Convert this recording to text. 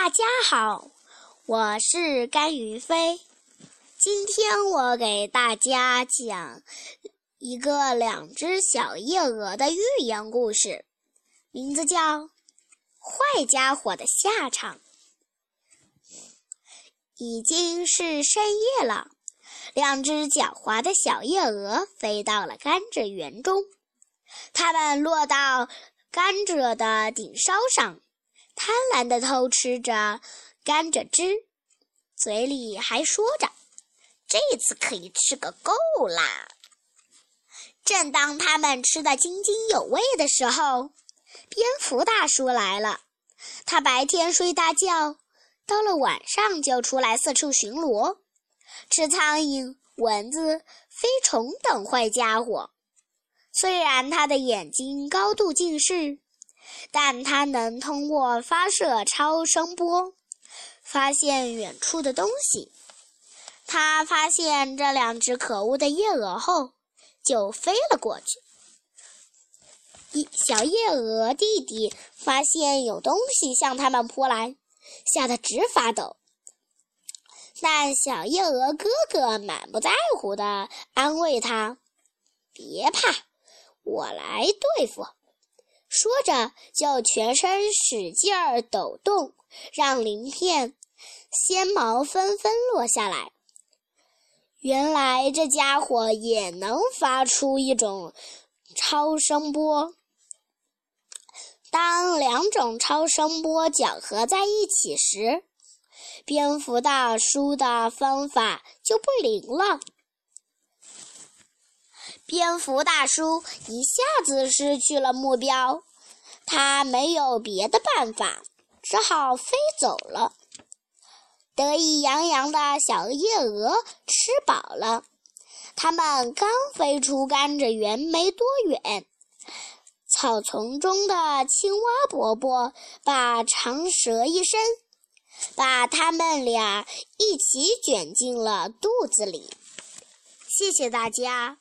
大家好，我是甘云飞。今天我给大家讲一个两只小夜鹅的寓言故事，名字叫《坏家伙的下场》。已经是深夜了，两只狡猾的小夜鹅飞到了甘蔗园中。它们落到甘蔗的顶梢上，贪婪地偷吃着甘蔗汁，嘴里还说着：“这次可以吃个够啦！”正当他们吃得津津有味的时候，蝙蝠大叔来了。他白天睡大觉，到了晚上就出来四处巡逻，吃苍蝇、蚊子、飞虫等坏家伙。虽然他的眼睛高度近视，但他能通过发射超声波发现远处的东西。他发现这两只可恶的夜鹅后，就飞了过去。小夜鹅弟弟发现有东西向他们扑来，吓得直发抖。但小夜鹅哥哥满不在乎地安慰他：“别怕，我来对付。”说着就全身使劲儿抖动，让鳞片纤毛纷纷落下来。原来这家伙也能发出一种超声波。当两种超声波搅合在一起时，蝙蝠大叔的方法就不灵了。蝙蝠大叔一下子失去了目标，他没有别的办法，只好飞走了。得意洋洋的小夜鹅吃饱了，它们刚飞出甘蔗园没多远，草丛中的青蛙伯伯把长舌一伸，把它们俩一起卷进了肚子里。谢谢大家。